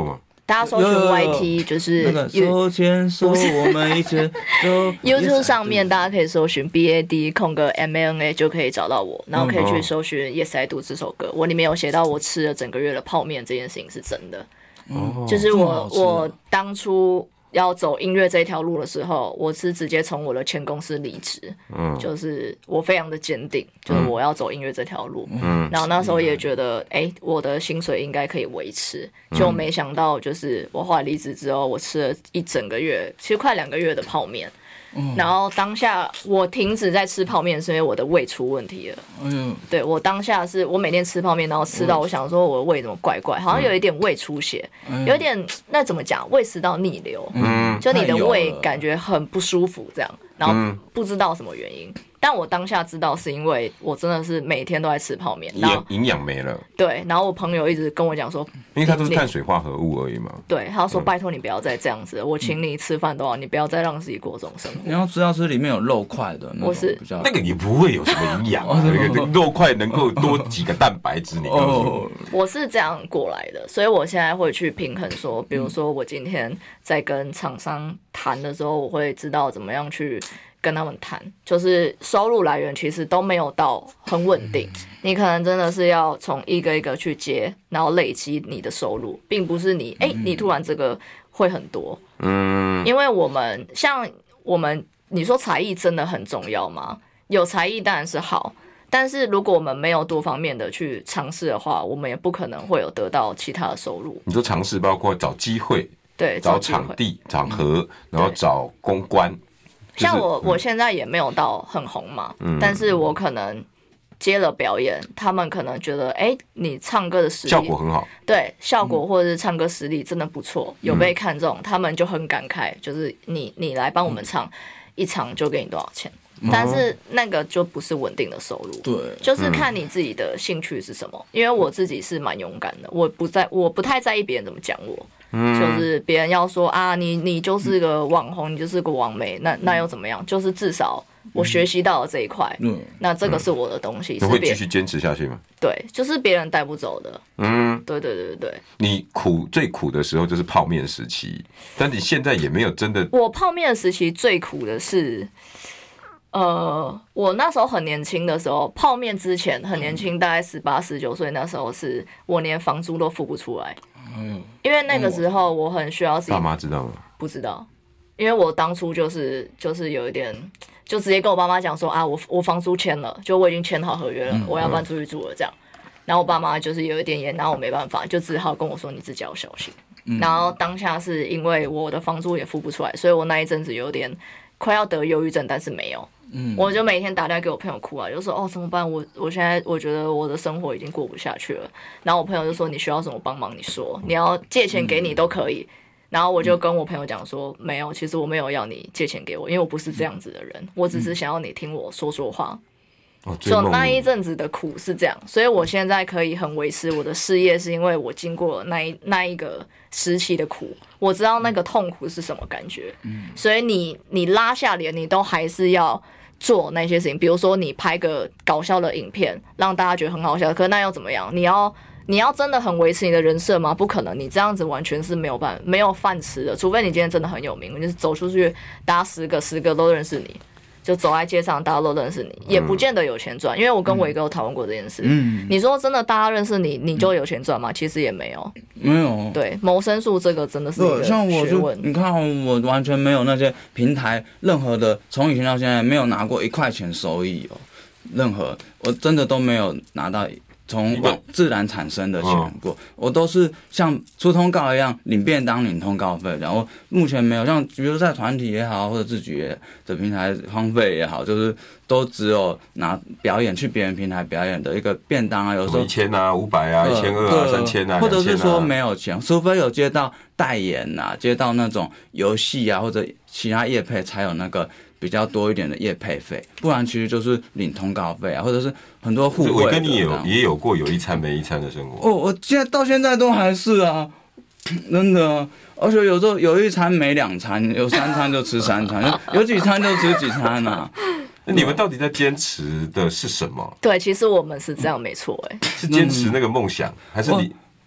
大家搜寻 Y T 就是那个手牵手，我们一起走。 YouTube 上面大家可以搜寻 B A D 空格 M A N A 就可以找到我，然后可以去搜寻 Yes I Do 这首歌。我里面有写到我吃了整个月的泡面这件事情是真的， 哦、 就是我我当初要走音乐这条路的时候，我是直接从我的前公司离职，嗯，就是我非常的坚定，就是我要走音乐这条路，嗯，然后那时候也觉得，哎、欸，我的薪水应该可以维持，就没想到就是我后来离职之后，我吃了一整个月，其实快两个月的泡面。然后当下我停止在吃泡面，是因为我的胃出问题了。嗯，对我当下是我每天吃泡面，然后吃到我想说我的胃怎么怪怪，好像有一点胃出血，有一点那怎么讲，胃食道逆流，嗯，就你的胃感觉很不舒服这样，然后不知道什么原因。但我当下知道是因为我真的是每天都在吃泡面， 营营养没了。 对，然后我朋友一直跟我讲说， 因为它都是碳水化合物而已嘛。 对，他说拜托你不要再这样子了，我请你吃饭都好，你不要再让自己过这种生活。 你要知道是里面有肉块的， 我是比较那个也不会有什么营养啊，那个肉块能够多几个蛋白质，你告诉我。 我是这样过来的，所以我现在会去平衡说，比如说我今天在跟厂商谈的时候，我会知道怎么样去跟他们谈，就是收入来源其实都没有到很稳定，你可能真的是要从一个一个去接，然后累积你的收入，并不是你哎、欸，你突然这个会很多，嗯，因为我们像我们，你说才艺真的很重要吗？有才艺当然是好，但是如果我们没有多方面的去尝试的话，我们也不可能会有得到其他的收入。 你说尝试包括找机会， 对， 找场地、场合，然后找公关。 像我，我现在也没有到很红嘛，嗯、但是我可能接了表演，他们可能觉得，哎、欸，你唱歌的实力效果很好， 对，效果或者是唱歌实力真的不错，有被看中，他们就很感慨，就是你你来帮我们唱，一场就给你多少钱，但是那个就不是稳定的收入， 对， 就是看你自己的兴趣是什么。因为我自己是蛮勇敢的，我不在，我不太在意别人怎么讲我。就是别人要说啊，你你就是个网红，你就是个网媒，那那又怎么样？就是至少我学习到了这一块，嗯，那这个是我的东西， 你会继续坚持下去吗？ 对，就是别人带不走的，嗯，对对对对。 你苦最苦的时候就是泡面时期，但你现在也没有真的。 我泡面的时期最苦的是，呃，我那时候很年轻的时候，泡面之前很年轻，大概十八十九岁，那时候是我连房租都付不出来。因为那个时候我很需要自己。 爸妈知道吗？ 不知道，因为我当初就是就是有一点，就直接跟我爸妈讲说啊，我我房租签了，就我已经签好合约了，我要搬出去住了这样。然后我爸妈就是有一点也拿我没办法，就只好跟我说你自己要小心。然后当下是因为我的房租也付不出来，所以我那一阵子有点快要得忧郁症，但是没有。嗯，我就每天打电话给我朋友哭啊，就说哦怎么办？我我现在我觉得我的生活已经过不下去了。然后我朋友就说你需要什么帮忙，你说你要借钱给你都可以。然后我就跟我朋友讲说没有，其实我没有要你借钱给我，因为我不是这样子的人，我只是想要你听我说说话。所以那一阵子的苦是这样，所以我现在可以很维持我的事业，是因为我经过那一那一个时期的苦，我知道那个痛苦是什么感觉。嗯，所以你你拉下脸，你都还是要做那些事情，比如说你拍个搞笑的影片，让大家觉得很好笑，可是那又怎么样？你要你要真的很维持你的人设吗？不可能，你这样子完全是没有办法没有饭吃的，除非你今天真的很有名，就是走出去，大家十个十个都认识你。就走在街上，大家都认识你，也不见得有钱赚。因为我跟伟哥有讨论过这件事。嗯，你说真的，大家认识你，你就有钱赚吗？其实也没有， 没有。 对，谋生术这个真的是一个学问。 像我就你看，我完全没有那些平台任何的，从以前到现在没有拿过一块钱收益哦，任何我真的都没有拿到。从自然产生的钱过，哦、我都是像出通告一样领便当、领通告费。然后目前没有像，比如在团体也好，或者自己的平台荒废也好，就是都只有拿表演去别人平台表演的一个便当啊，有时候一千啊、五百啊、一千二啊、三千啊， 或者是说没有钱，除非有接到代言啊、接到那种游戏啊或者其他业配才有那个。比较多一点的业配费，不然其实就是领通告费啊，或者是很多互惠。 我跟你有也有过有一餐没一餐的生活。 哦，我现在到现在都还是啊，真的。而且有时候有一餐没两餐，有三餐就吃三餐，有几餐就吃几餐啊。 那你们到底在坚持的是什么？ 对，其实我们是这样，没错，哎， 是坚持那个梦想，还是你？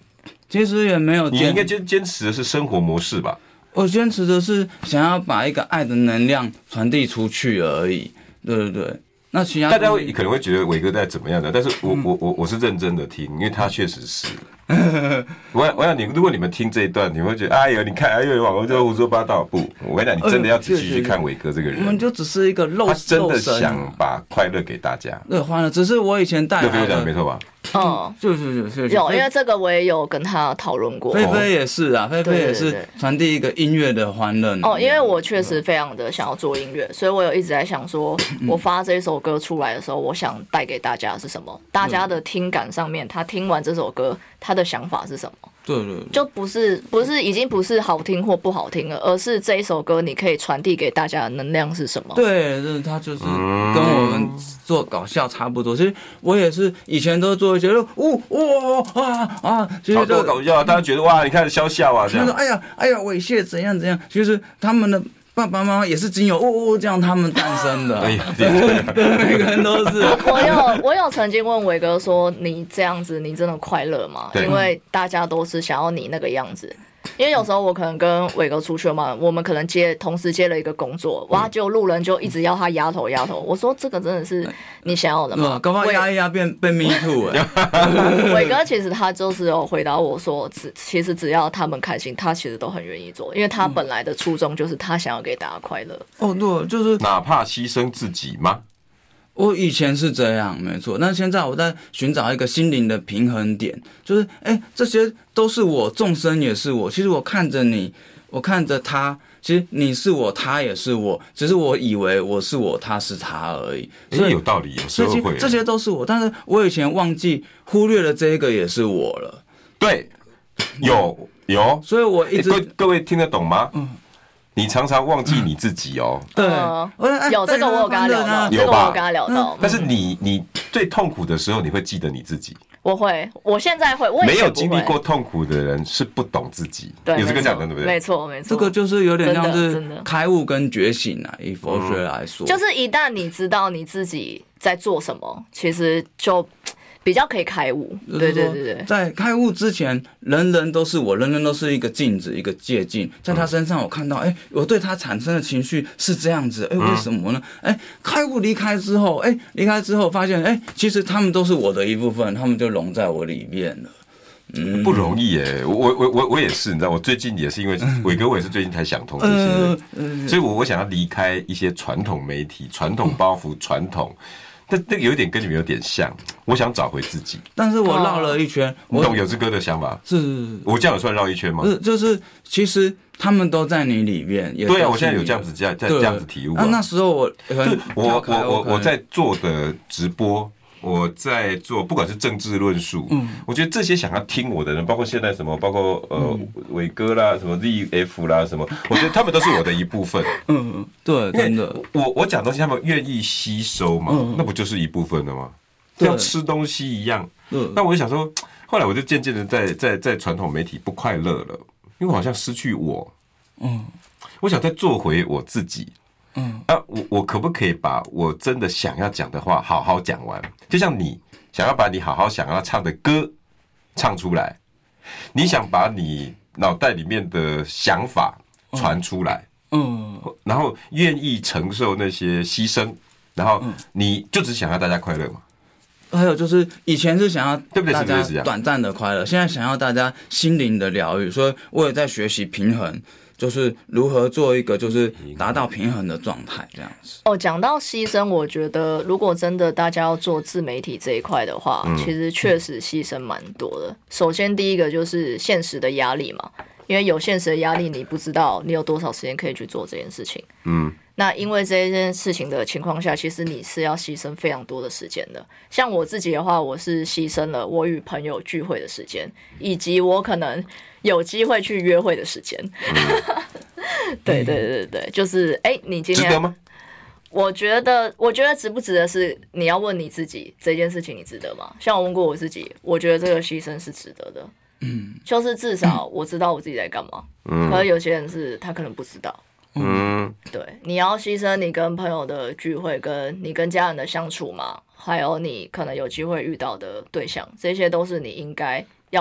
其实也没有。 你应该坚坚持的是生活模式吧？ 我坚持的是想要把一个爱的能量传递出去而已。对对对。那其他大家会可能会觉得伟哥在怎么样的，但是我、嗯、我我我是认真的听，因为他确实是。我我想你，如果你们听这一段，你会觉得哎呦，你看哎呦，网络就胡说八道。不，我跟你讲，你真的要仔细去看伟哥这个人。 我们就只是一个肉， 他真的想把快乐给大家。 对，欢乐，只是我以前带来的。 对，讲没错吧？ 哦， 就是是有，因为这个我也有跟他讨论过。 菲菲也是啊，菲菲也是传递一个音乐的欢乐。 哦，因为我确实非常的想要做音乐，所以我有一直在想说，我发这首歌出来的时候，我想带给大家的是什么？大家的听感上面，他听完这首歌，他的想法是什么？ 对对对， 就不是不是已经不是好听或不好听了，而是这一首歌你可以传递给大家的能量是什么？ 对，就是他就是跟我们做搞笑差不多。其实我也是以前都做一些，呜哇啊啊，其实做搞笑，大家觉得哇，你看笑笑啊这样。 哎呀哎呀，猥亵怎样怎样，其实他们的。爸爸妈妈也是经由哦哦这样他们诞生的， 哎呀， 每个人都是。 我有我有曾经问伟哥说：“你这样子，你真的快乐吗？”因为大家都是想要你那个样子。因为有时候我可能跟伟哥出去嘛，我们可能接同时接了一个工作，哇，就路人就一直要他压头压头。我说这个真的是你想要的吗？ 搞不好压一压变变 me too 哎。伟哥其实他就是有回答我说，只其实只要他们开心，他其实都很愿意做，因为他本来的初衷就是他想要给大家快乐。 哦，对，就是哪怕牺牲自己吗？ 我以前是这样，没错。那现在我在寻找一个心灵的平衡点，就是哎、欸，这些都是我，众生也是我。其实我看着你，我看着他，其实你是我，他也是我，只是我以为我是我，他是他而已。所以有道理，有时候会， 这些都是我，但是我以前忘记忽略了这个也是我了。 对，有有， 所以我一直、 欸、各位听得懂吗？嗯。你常常忘记你自己哦。 对， 有这个我有跟他聊到，这个我有跟他聊到。 但是你你最痛苦的时候，你会记得你自己。 我会，我现在会。我没有经历过痛苦的人是不懂自己。 对， 有这个讲的，对不对？ 没错，没错。 这个就是有点像是开悟跟觉醒啊，以佛学来说， 就是一旦你知道你自己在做什么，其实就。比较可以开悟，对对对对， 在开悟之前，人人都是我，人人都是一个镜子，一个借镜。在他身上，我看到，哎、欸，我对他产生的情绪是这样子，哎、欸，为什么呢？哎、欸，开悟离开之后，哎、欸，离开之后发现，哎、欸，其实他们都是我的一部分，他们就融在我里面了。 嗯，不容易耶，我我我我也是，你知道，我最近也是因为伟哥，我也是最近才想通这些的，嗯、所以我我想要离开一些传统媒体、传统包袱、传统。但那个有一点跟你们有点像，我想找回自己。 但是我绕了一圈， 你懂有志哥的想法？ 是， 我这样有算绕一圈吗？ 是，就是其实他们都在你里面。也对啊，我现在有这样子这样这样子体悟啊。 那时候我我我我我在做的直播。我在做，不管是政治论述，嗯，我觉得这些想要听我的人，包括现在什么，包括呃伟哥啦，什么 Z F 啦，什么，我觉得他们都是我的一部分。 嗯，对，真的。 我我讲东西，他们愿意吸收嘛，嗯、那不就是一部分的吗？像吃东西一样。嗯，那我就想说，后来我就渐渐的在在在传统媒体不快乐了，因为我好像失去我。嗯，我想再做回我自己。嗯，啊，我我可不可以把我真的想要讲的话好好讲完？就像你想要把你好好想要唱的歌唱出来，你想把你脑袋里面的想法传出来，嗯，然后愿意承受那些牺牲，然后你就只想要大家快乐嘛？ 还有就是以前是想要对不对？ 大家短暂的快乐，现在想要大家心灵的疗愈，所以我也在学习平衡。就是如何做一个就是达到平衡的状态这样子。 哦，讲到牺牲，我觉得如果真的大家要做自媒体这一块的话，嗯、其实确实牺牲蛮多的。首先第一个就是现实的压力嘛，因为有现实的压力，你不知道你有多少时间可以去做这件事情。嗯，那因为这件事情的情况下，其实你是要牺牲非常多的时间的。像我自己的话，我是牺牲了我与朋友聚会的时间，以及我可能有机会去约会的时间。对对对对，就是哎、欸，你今天值得吗？ 我觉得，我觉得值不值得是你要问你自己，这件事情你值得吗？像我问过我自己，我觉得这个牺牲是值得的。嗯，就是至少我知道我自己在干嘛。嗯，可是有些人是他可能不知道。嗯，对，你要牺牲你跟朋友的聚会，跟你跟家人的相处嘛，还有你可能有机会遇到的对象，这些都是你应该要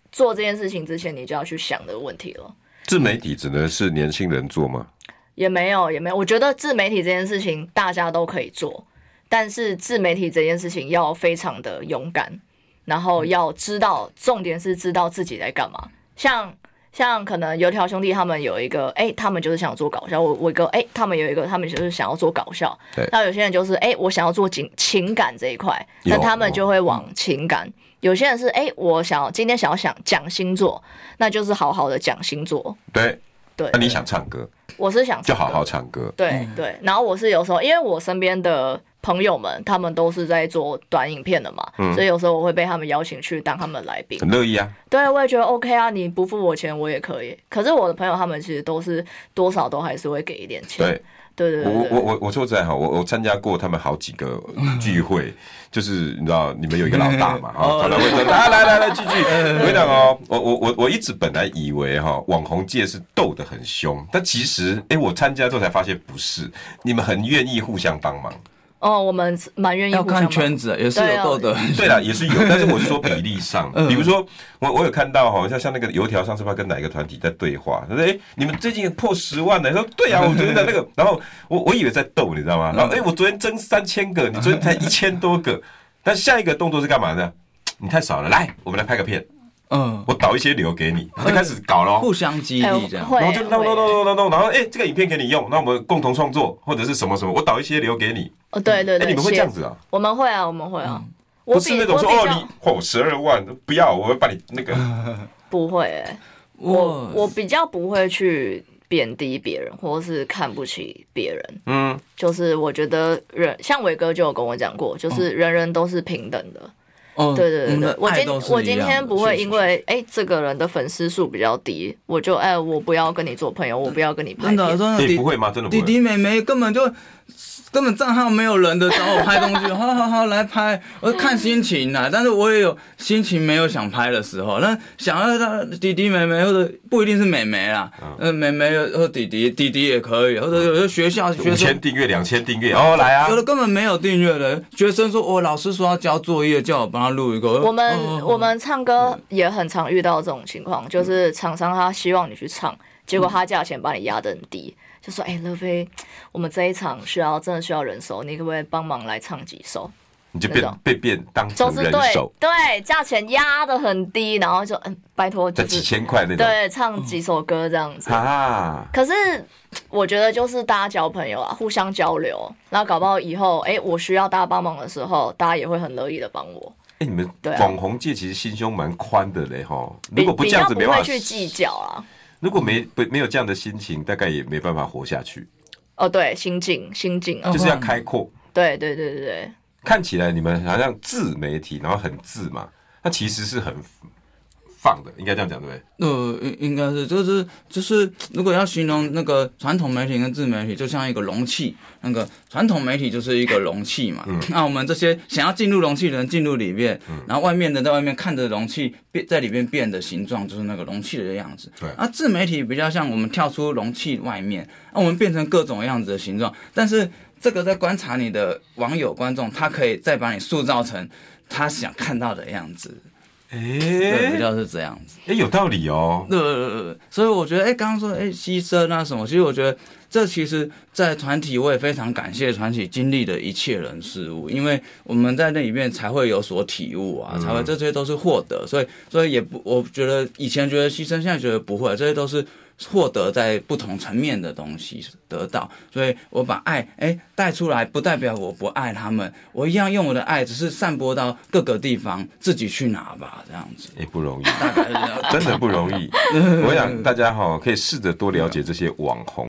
做这件事情之前，你就要去想的问题了。 自媒体只能是年轻人做吗？ 也没有，也没有。我觉得自媒体这件事情大家都可以做，但是自媒体这件事情要非常的勇敢，然后要知道，重点是知道自己在干嘛。像像可能油条兄弟他们有一个，哎、欸，他们就是想做搞笑。我我一个，哎、欸，他们有一个，他们就是想要做搞笑。那有些人就是，哎、欸，我想要做情情感这一块，那他们就会往情感。有些人是，哎、欸，我想要今天想要想讲星座，那就是好好的讲星座。 对对。 那你想唱歌？ 我是想唱歌就好好唱歌。 对对。然后我是有时候，因为我身边的朋友们，他们都是在做短影片的嘛，嗯、所以有时候我会被他们邀请去当他们来宾， 很乐意啊。 对，我也觉得 OK 啊，你不付我钱，我也可以。可是我的朋友他们其实都是多少都还是会给一点钱。 对。 对对对对， 我我我我说实在哈，我我参加过他们好几个聚会，就是你知道你们有一个老大嘛，哈，来会说来来来来聚聚。我跟你讲哦，我我我我一直本来以为哈网红界是斗得很凶，但其实哎、欸，我参加之后才发现不是，你们很愿意互相帮忙。 哦，我们蛮愿意互相要看圈子，也是有斗的。 对啦，也是有，但是我是说比例上，比如说我我有看到哈，像像那个油条上次不知道跟哪一个团体在对话，他说哎、欸，你们最近破十万了，说对啊，我昨天的那个，然后我我以为在斗，你知道吗？然后哎、欸，我昨天增三千个，你昨天才一千多个，但下一个动作是干嘛呢？你太少了，来，我们来拍个片。嗯，我导一些流给你，就开始搞咯， 互相激励这样， 然后就弄弄弄弄弄，然后哎、欸，这个影片给你用，那我们共同创作或者是什么什么，我导一些流给你。 哦，对对对， 欸、你们会这样子啊？ 我们会啊，我们会啊。嗯、 我不是那种说哦，你哦十二万不要，我会把你那个。 不会、欸，我我比较不会去贬低别人，或是看不起别人。嗯，就是我觉得人像伟哥就有跟我讲过，就是人人都是平等的。哦，对对对对，我今我今天不会因为哎、欸、这个人的粉丝数比较低，我就哎、欸、我不要跟你做朋友，我不要跟你拍片。 真的真的， 你不会吗？真的不会。 弟弟妹妹根本就。根本账号没有人的找我拍东西，好好好来拍，我看心情啦。但是我也有心情没有想拍的时候，那想要他弟弟妹妹或者不一定是妹妹啦，呃妹妹或弟弟弟弟也可以，或者有的学校学生五千订阅两千订阅哦来啊， 有的根本没有订阅的学生说，我、哦、老师说要交作业，叫我帮他录一个。 我们、哦、我们唱歌也很常遇到这种情况，就是厂商他希望你去唱，结果他价钱把你压得很低。就说哎，乐飞，我们这一场需要真的需要人手，你可不可以帮忙来唱几首？ 你就变被变当成人手， 对对，价钱压得很低，然后就嗯，拜托，就是几千块那种， 对，唱几首歌这样子。 啊， 可是我觉得就是大家交朋友啊，互相交流，然后搞不好以后哎，我需要大家帮忙的时候，大家也会很乐意的帮我。 哎，你们网红界其实心胸蛮宽的嘞哈，如果不这样子，没办法不会去计较啊。 如果没没有这样的心情，大概也没办法活下去。 哦，对，心境心境就是要开阔。 对对对对对。 看起来你们好像自媒体，然后很自嘛，那其实是很放的，应该这样讲对不对？ 呃，应该是就是就是，如果要形容那个传统媒体跟自媒体，就像一个容器。那个传统媒体就是一个容器嘛，嗯、那我们这些想要进入容器的人进入里面，嗯、然后外面的在外面看着容器变在里面变的形状，就是那个容器的样子。对，啊，自媒体比较像我们跳出容器外面，那我们变成各种样子的形状，但是这个在观察你的网友观众，他可以再把你塑造成他想看到的样子。哎、欸，比较是这样子。 哎、欸，有道理哦。 对对对对，所以我觉得，哎、欸，刚刚说，哎、欸，牺牲啊什么，其实我觉得这其实，在团体我也非常感谢团体经历的一切人事物，因为我们在那里面才会有所体悟啊，嗯、才会这些都是获得，所以所以也不，我觉得以前觉得牺牲，现在觉得不会，这些都是获得在不同层面的东西得到，所以我把爱哎带出来，不代表我不爱他们，我一样用我的爱，只是散播到各个地方，自己去拿吧，这样子也、欸、不容易， 大概是这样， 真的不容易。我想大家哈可以试着多了解这些网红。